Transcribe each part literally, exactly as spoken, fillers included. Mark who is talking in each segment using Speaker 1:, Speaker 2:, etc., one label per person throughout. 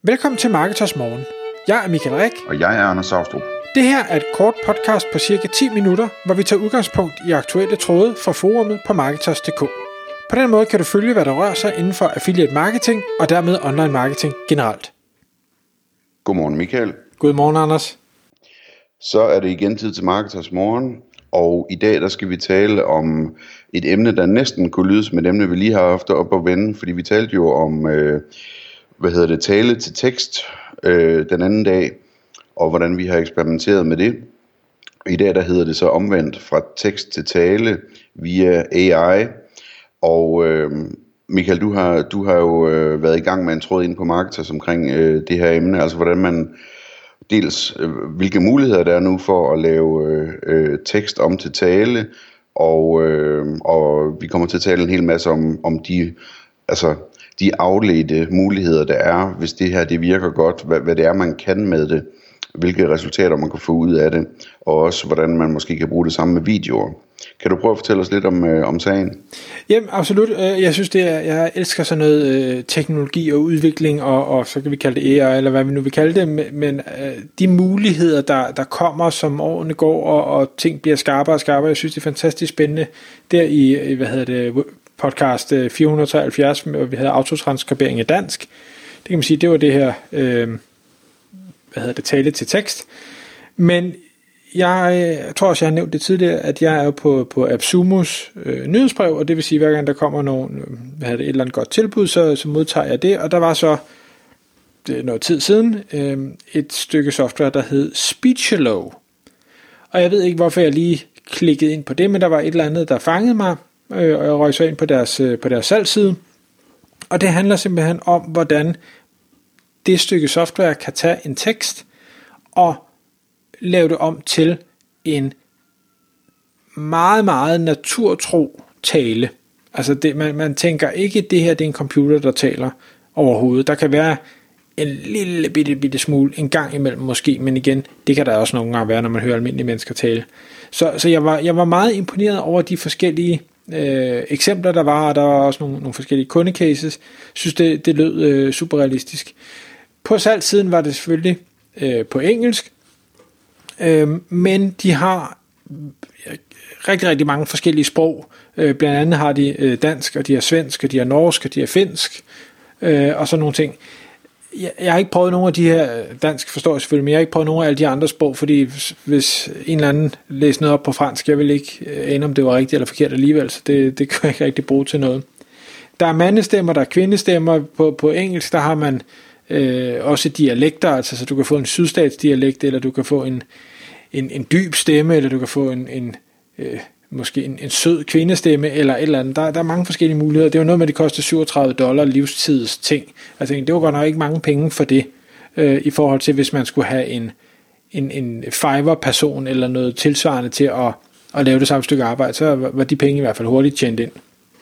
Speaker 1: Velkommen til Marketers Morgen. Jeg er Michael Rik.
Speaker 2: Og jeg er Anders Saustrup.
Speaker 1: Det her er et kort podcast på cirka ti minutter, hvor vi tager udgangspunkt i aktuelle tråde fra forumet på Marketers punktum d k. På den måde kan du følge, hvad der rører sig inden for affiliate marketing og dermed online marketing generelt.
Speaker 2: Godmorgen Michael.
Speaker 1: Godmorgen Anders.
Speaker 2: Så er det igen tid til Marketers Morgen, og i dag der skal vi tale om et emne, der næsten kunne lyde som et emne, vi lige har haft op at vende, fordi vi talte jo om, øh, hvad hedder det, tale til tekst øh, den anden dag, og hvordan vi har eksperimenteret med det. I dag der hedder det så omvendt fra tekst til tale via A I, og øh, Michael, du har, du har jo øh, været i gang med en tråd inde på Marketers omkring øh, det her emne, altså hvordan man dels øh, hvilke muligheder der er nu for at lave øh, øh, tekst om til tale, og, øh, og vi kommer til at tale en hel masse om, om de, altså, de afledte muligheder der er, hvis det her det virker godt, hvad, hvad det er man kan med det, hvilke resultater man kan få ud af det, og også hvordan man måske kan bruge det samme med videoer. Kan du prøve at fortælle os lidt om, øh, om sagen?
Speaker 1: Jamen absolut. Jeg synes det er, jeg elsker sådan noget øh, teknologi og udvikling, og, og så kan vi kalde det A I, eller hvad vi nu vil kalde det, men, men øh, de muligheder, der, der kommer, som årene går, og, og ting bliver skarpere og skarpere, jeg synes det er fantastisk spændende. Der i, hvad hedder det, podcast fire hundrede treoghalvfjerds, hvor vi havde autotranskribering af dansk, det kan man sige, det var det her, øh, hvad hedder det, tale til tekst. Men Jeg, jeg tror også, jeg har nævnt det tidligere, at jeg er jo på, på AppSumos øh, nyhedsbrev, og det vil sige, hver gang der kommer nogen, hvad det, et eller andet godt tilbud, så, så modtager jeg det, og der var så det noget tid siden øh, et stykke software, der hed Speechelo. Og jeg ved ikke, hvorfor jeg lige klikkede ind på det, men der var et eller andet, der fangede mig, øh, og jeg røg så ind på deres, øh, på deres salgsside. Og det handler simpelthen om, hvordan det stykke software kan tage en tekst og lave det om til en meget, meget naturtro tale. Altså det, man, man tænker ikke, at det her det er en computer, der taler overhovedet. Der kan være en lille bitte, bitte smule en gang imellem måske, men igen, det kan der også nogle gange være, når man hører almindelige mennesker tale. Så, så jeg, var, jeg var meget imponeret over de forskellige øh, eksempler, der var, og der var også nogle, nogle forskellige kundecases. Jeg synes, det, det lød øh, super realistisk. På salgssiden var det selvfølgelig øh, på engelsk, Øh, men de har rigtig, rigtig mange forskellige sprog. Øh, blandt andet har de øh, dansk, og de har svensk, og de har norsk, og de har finsk, øh, og sådan nogle ting. Jeg, jeg har ikke prøvet nogle af de her, dansk forstår jeg selvfølgelig, men jeg har ikke prøvet nogle af alle de andre sprog, fordi hvis, hvis en eller anden læste noget op på fransk, jeg vil ikke ane, om det var rigtigt eller forkert alligevel, så det, det kan jeg ikke rigtig bruge til noget. Der er mandestemmer, der er kvindestemmer. På, på engelsk, der har man Øh, også dialekter, altså så du kan få en sydstatsdialekt, eller du kan få en, en, en dyb stemme, eller du kan få en, en øh, måske en, en sød kvindestemme, eller et eller andet. Der, der er mange forskellige muligheder. Det var noget med, at det kostede syvogtredive dollar livstids ting. Jeg tænkte, det var godt nok ikke mange penge for det, øh, i forhold til, hvis man skulle have en, en, en Fiverr-person, eller noget tilsvarende til at, at lave det samme stykke arbejde, så var de penge i hvert fald hurtigt tjent ind.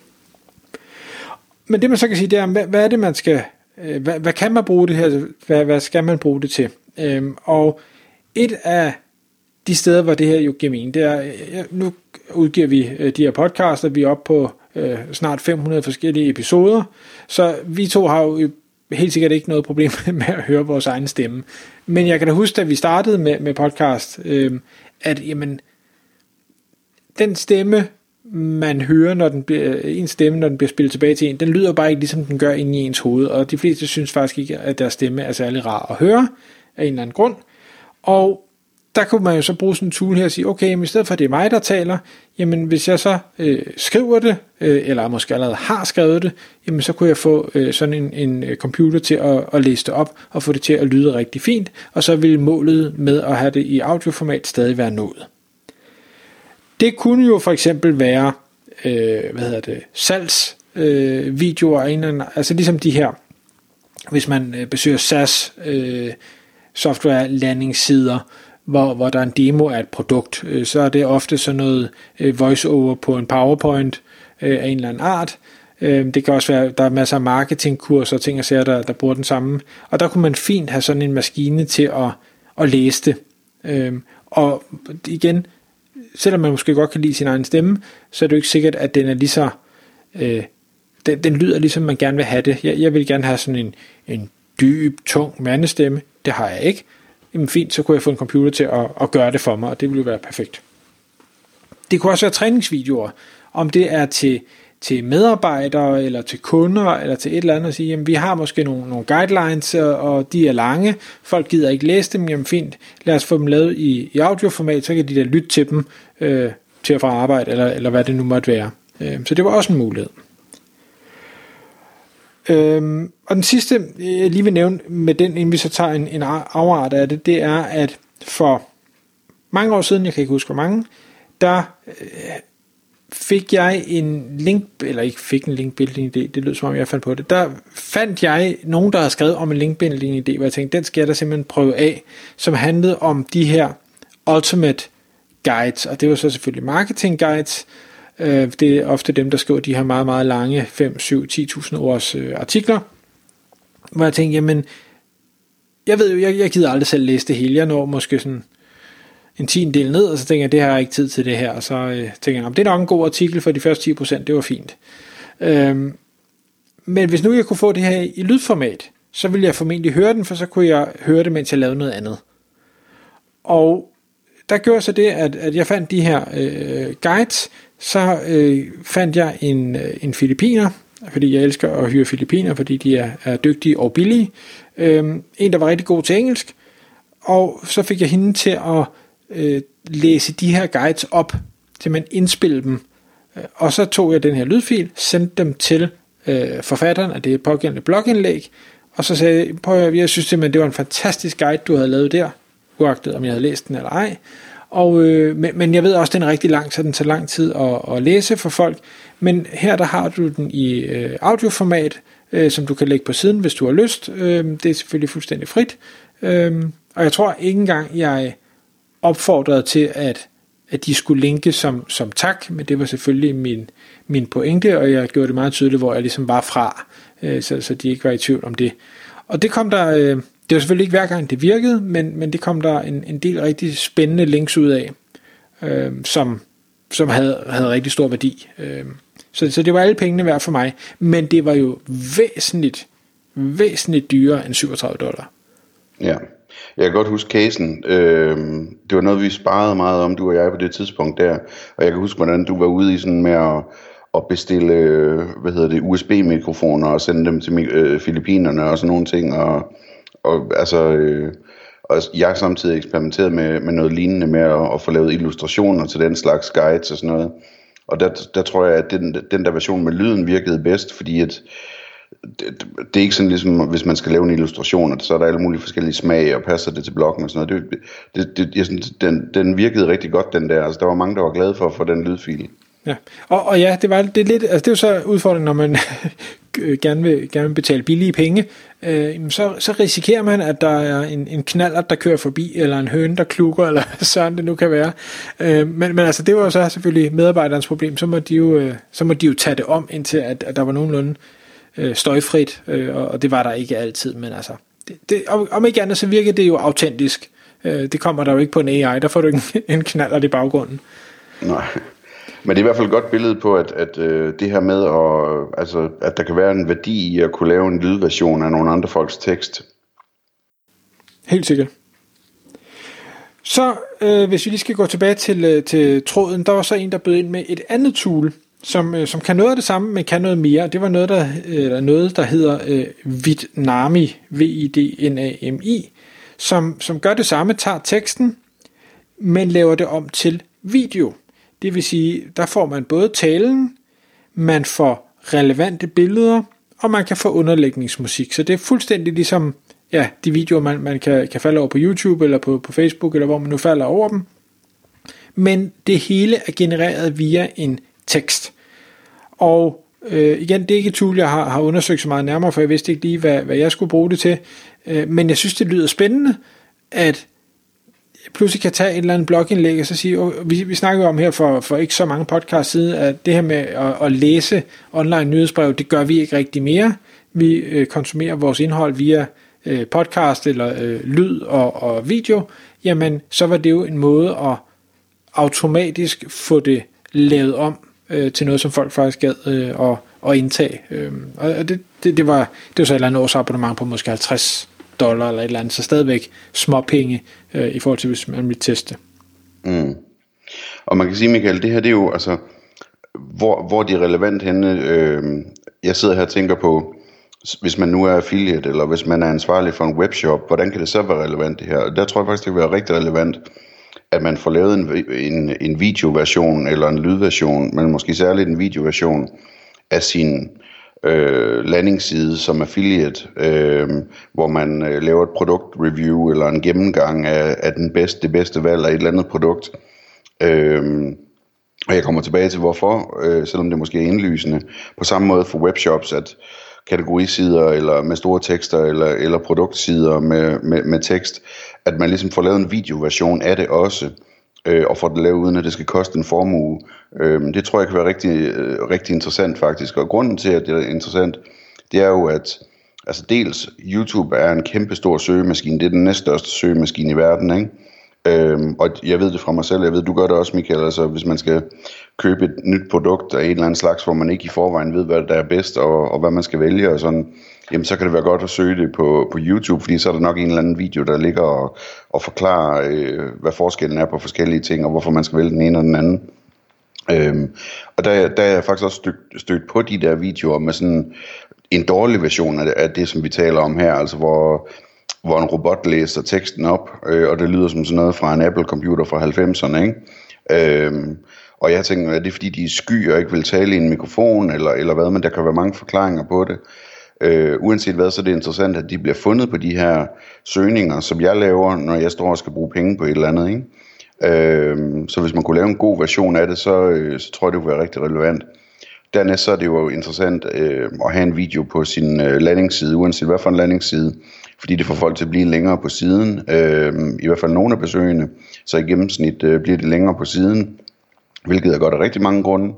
Speaker 1: Men det man så kan sige, det er, hvad, hvad er det, man skal Hvad, hvad kan man bruge det her? Hvad, hvad skal man bruge det til? Øhm, og et af de steder, hvor det her jo giver mening, det er, nu udgiver vi øh, de her podcaster, vi er oppe på øh, snart fem hundrede forskellige episoder, så vi to har jo helt sikkert ikke noget problem med at høre vores egen stemme. Men jeg kan da huske, da vi startede med, med podcast, øh, at jamen, den stemme, man hører, når den bliver, en stemme, når den bliver spillet tilbage til en, den lyder bare ikke ligesom den gør inde i ens hoved, og de fleste synes faktisk ikke, at deres stemme er særlig rar at høre, af en eller anden grund, og der kunne man jo så bruge sådan en tool her og sige, okay, men i stedet for at det er mig, der taler, jamen hvis jeg så øh, skriver det, øh, eller måske allerede har skrevet det, jamen så kunne jeg få øh, sådan en, en computer til at, at læse det op, og få det til at lyde rigtig fint, og så vil målet med at have det i audioformat stadig være nået. Det kunne jo for eksempel være, øh, hvad hedder det, salgsvideoer, øh, altså ligesom de her, hvis man øh, besøger SaaS øh, software landingssider, hvor, hvor der er en demo af et produkt, øh, så er det ofte sådan noget øh, voiceover på en PowerPoint øh, af en eller anden art. Øh, det kan også være, der er masser af marketingkurser og ting og sager, der, der bruger den samme. Og der kunne man fint have sådan en maskine til at, at læse det. Øh, og igen, selvom man måske godt kan lide sin egen stemme, så er det jo ikke sikkert, at den er lige så, øh, den, den lyder ligesom man gerne vil have det. Jeg, jeg vil gerne have sådan en, en dyb, tung mandestemme. Det har jeg ikke. Jamen fint, så kunne jeg få en computer til at, at gøre det for mig, og det ville jo være perfekt. Det kunne også være træningsvideoer, om det er til, til medarbejdere, eller til kunder, eller til et eller andet, at sige, jamen vi har måske nogle, nogle guidelines, og de er lange, folk gider ikke læse dem, jamen fint, lad os få dem lavet i, i audioformat, så kan de da lytte til dem, øh, til at fra arbejde, eller, eller hvad det nu måtte være. Øh, så det var også en mulighed. Øhm, og den sidste, jeg lige vil nævne med den, inden vi så tager en, en afart af det, det er, at for mange år siden, jeg kan ikke huske hvor mange, der øh, fik jeg en link, eller ikke fik en linkbuilding idé, det lød som om jeg fandt på det, der fandt jeg nogen, der havde skrevet om en linkbuilding idé, hvor jeg tænkte, den skal jeg da simpelthen prøve af, som handlede om de her ultimate guides, og det var så selvfølgelig marketing guides. Det er ofte dem, der skriver de her meget, meget lange fem, syv, ti tusind ords øh, artikler, hvor jeg tænkte, jamen, jeg ved jo, jeg, jeg gider aldrig selv læse det hele, jeg når måske sådan en tiendedel ned, og så tænker jeg, det har jeg ikke tid til det her, og så øh, tænker jeg, det er nok en god artikel for de første ti procent, det var fint. Øhm, men hvis nu jeg kunne få det her i lydformat, så ville jeg formentlig høre den, for så kunne jeg høre det, mens jeg lavede noget andet. Og der gjorde så det, at, at jeg fandt de her øh, guides, så øh, fandt jeg en, øh, en filipiner, fordi jeg elsker at hyre filipiner, fordi de er, er dygtige og billige. Øh, en, der var rigtig god til engelsk, og så fik jeg hende til at øh, læse de her guides op, til man indspille dem. Og så tog jeg den her lydfil, sendte dem til øh, forfatteren af det pågældende blogindlæg, og så sagde jeg, prøv at jeg synes simpelthen, det var en fantastisk guide, du havde lavet der, uagtet om jeg havde læst den eller ej. Og, øh, men, men jeg ved også, den er rigtig lang, så den tager lang tid at, at læse for folk. Men her der har du den i øh, audioformat, øh, som du kan lægge på siden, hvis du har lyst. Øh, det er selvfølgelig fuldstændig frit. Øh, og jeg tror ikke engang, jeg opfordrede til, at, at de skulle linke som, som tak, men det var selvfølgelig min, min pointe, og jeg gjorde det meget tydeligt, hvor jeg ligesom var fra, øh, så, så de ikke var i tvivl om det. Og det kom der... Øh, Det var selvfølgelig ikke hver gang det virkede, men, men det kom der en, en del rigtig spændende links ud af, øh, som, som havde, havde rigtig stor værdi. Øh, så, så det var alle pengene værd for mig, men det var jo væsentligt, væsentligt dyrere end syvogtredive dollar.
Speaker 2: Ja, jeg kan godt huske casen. Øh, det var noget, vi sparede meget om, du og jeg på det tidspunkt der, og jeg kan huske, hvordan du var ude i sådan med at, at bestille, hvad hedder det, U S B-mikrofoner og sende dem til øh, Filippinerne og sådan nogle ting, og Og, altså, øh, og jeg har samtidig eksperimenteret med, med noget lignende med at, at få lavet illustrationer til den slags guides og sådan noget. Og der, der tror jeg, at den, den der version med lyden virkede bedst, fordi at det, det er ikke sådan ligesom, hvis man skal lave en illustration, så er der alle mulige forskellige smag, og passer det til bloggen og sådan noget. Det, det, det, jeg synes, den, den virkede rigtig godt, den der. Altså, der var mange, der var glade for at få den lydfil.
Speaker 1: Ja, og, og ja, det var det er lidt, altså det er jo så udfordringen, når man gerne vil gerne vil betale billige penge, øh, så, så risikerer man, at der er en, en knallert, der kører forbi, eller en høne, der klukker, eller sådan det nu kan være. Øh, men, men altså, det var jo så selvfølgelig medarbejderens problem, så må de jo, øh, så må de jo tage det om, indtil at, at der var nogenlunde øh, støjfrit, øh, og, og det var der ikke altid, men altså, det, det, om, om ikke andet, så virker det jo autentisk. Øh, det kommer der jo ikke på en A I, der får du ikke en, en knallert i baggrunden.
Speaker 2: Nej. Men det er i hvert fald et godt billede på, at, at øh, det her med, at, altså, at der kan være en værdi i at kunne lave en lydversion af nogle andre folks tekst.
Speaker 1: Helt sikkert. Så øh, hvis vi lige skal gå tilbage til, øh, til tråden, der var så en, der bød ind med et andet tool, som, øh, som kan noget af det samme, men kan noget mere. Det var noget, der, øh, noget, der hedder øh, Vidnami, V I D N A M I, som, som gør det samme, tager teksten, men laver det om til video. Det vil sige, der får man både talen, man får relevante billeder, og man kan få underlægningsmusik. Så det er fuldstændig ligesom ja, de videoer, man, man kan, kan falde over på YouTube, eller på, på Facebook, eller hvor man nu falder over dem. Men det hele er genereret via en tekst. Og øh, igen, det er ikke et tool, jeg har, har undersøgt så meget nærmere, for jeg vidste ikke lige, hvad, hvad jeg skulle bruge det til. Øh, men jeg synes, det lyder spændende, at pludselig kan tage et eller andet blogindlæg og så sige, oh, vi, vi snakkede om her for, for ikke så mange podcasts siden, at det her med at, at læse online nyhedsbrev, det gør vi ikke rigtig mere. Vi øh, konsumerer vores indhold via øh, podcast eller øh, lyd og, og video. Jamen, så var det jo en måde at automatisk få det lavet om øh, til noget, som folk faktisk gad øh, og, og indtage. Øh, og det, det, det, var, det var så et eller andet årsabonnement på måske halvtreds dollar eller et eller andet, så stadigvæk småpenge øh, i forhold til, hvis man vil teste.
Speaker 2: Mm. Og man kan sige, Michael, det her det er jo, altså, hvor, hvor de er relevant henne. Øh, jeg sidder her og tænker på, hvis man nu er affiliate, eller hvis man er ansvarlig for en webshop, hvordan kan det så være relevant det her? Og der tror jeg faktisk, det vil være rigtig relevant, at man får lavet en, en, en videoversion, eller en lydversion, men måske særligt en videoversion af sin øh, landingsside som affiliate, øh, hvor man øh, laver et produktreview, eller en gennemgang af, af den bedste, det bedste valg af et eller andet produkt. Øh, og jeg kommer tilbage til hvorfor, øh, selvom det måske er indlysende. På samme måde for webshops, at kategorisider eller med store tekster eller, eller produktsider med, med, med tekst, at man ligesom får lavet en videoversion af det også, øh, og får det lavet uden at det skal koste en formue. Øh, det tror jeg kan være rigtig, øh, rigtig interessant faktisk, og grunden til at det er interessant, det er jo at altså dels YouTube er en kæmpe stor søgemaskine, det er den næststørste søgemaskine i verden, ikke? Øhm, og jeg ved det fra mig selv, jeg ved du gør det også, Michael, altså hvis man skal købe et nyt produkt af en eller anden slags, hvor man ikke i forvejen ved hvad der er bedst og, og hvad man skal vælge og sådan, jamen så kan det være godt at søge det på, på YouTube, fordi så er der nok en eller anden video der ligger og, og forklarer øh, hvad forskellen er på forskellige ting og hvorfor man skal vælge den ene og den anden. Øhm, og der, der er jeg faktisk også stødt, stødt på de der videoer med sådan en dårlig version af det, af det som vi taler om her, altså hvor hvor en robot læser teksten op, øh, og det lyder som sådan noget fra en Apple-computer fra halvfemserne, ikke? Øhm, og jeg tænker, er det fordi de er sky og ikke vil tale i en mikrofon, eller, eller hvad, men der kan være mange forklaringer på det. Øh, uanset hvad, så er det interessant, at de bliver fundet på de her søgninger, som jeg laver, når jeg står og skal bruge penge på et eller andet, ikke? Øhm, så hvis man kunne lave en god version af det, så, øh, så tror jeg, det kunne være rigtig relevant. Dernæst så er det jo interessant øh, at have en video på sin øh, landingsside, uanset hvad for en landingsside, fordi det får folk til at blive længere på siden, øh, i hvert fald nogle af besøgende, så i gennemsnit øh, bliver det længere på siden, hvilket er godt af rigtig mange grunde.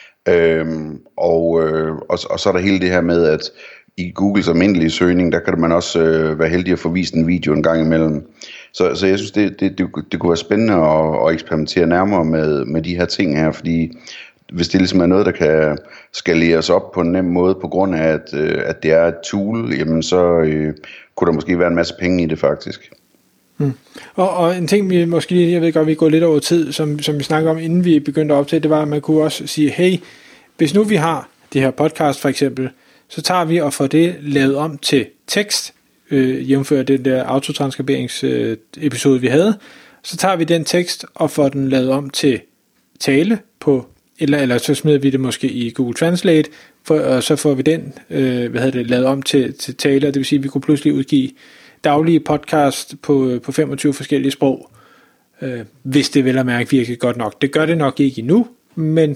Speaker 2: Øh, og, øh, og, og så er der hele det her med, at i Googles almindelige søgning, der kan man også øh, være heldig at få vist en video en gang imellem. Så, så jeg synes, det, det, det, det kunne være spændende at, at eksperimentere nærmere med, med de her ting her, fordi hvis det ligesom er noget, der kan skaleres op på en nem måde, på grund af, at, øh, at det er et tool, jamen så øh, kunne der måske være en masse penge i det faktisk.
Speaker 1: Mm. Og, og en ting, vi måske, jeg ved godt, vi går lidt over tid, som, som vi snakker om, inden vi begyndte at optage, det var, at man kunne også sige, hey, hvis nu vi har det her podcast for eksempel, så tager vi og får det lavet om til tekst, øh, jævnfører den der autotranskriberingsepisode, øh, vi havde, så tager vi den tekst og får den lavet om til tale på Eller, eller så smider vi det måske i Google Translate, for, og så får vi den øh, hvad hedder det, lavet om til, til taler. Det vil sige, at vi kunne pludselig udgive daglige podcast på, på femogtyve forskellige sprog, øh, hvis det vel at mærke virkelig godt nok. Det gør det nok ikke endnu, men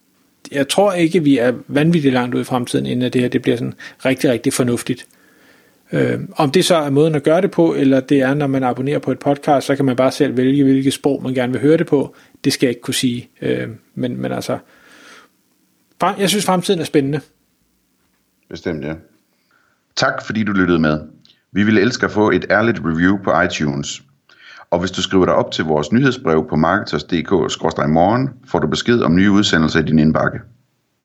Speaker 1: jeg tror ikke, vi er vanvittigt langt ude i fremtiden, inden at det her det bliver sådan rigtig, rigtig fornuftigt. Øh, om det så er måden at gøre det på, eller det er, når man abonnerer på et podcast, så kan man bare selv vælge, hvilket sprog man gerne vil høre det på. Det skal jeg ikke kunne sige. Øh, men, men altså, jeg synes fremtiden er spændende.
Speaker 2: Bestemt, ja. Tak fordi du lyttede med. Vi ville elske at få et ærligt review på iTunes. Og hvis du skriver dig op til vores nyhedsbrev på marketers punktum d k skråstreg morgen, får du besked om nye udsendelser i din indbakke.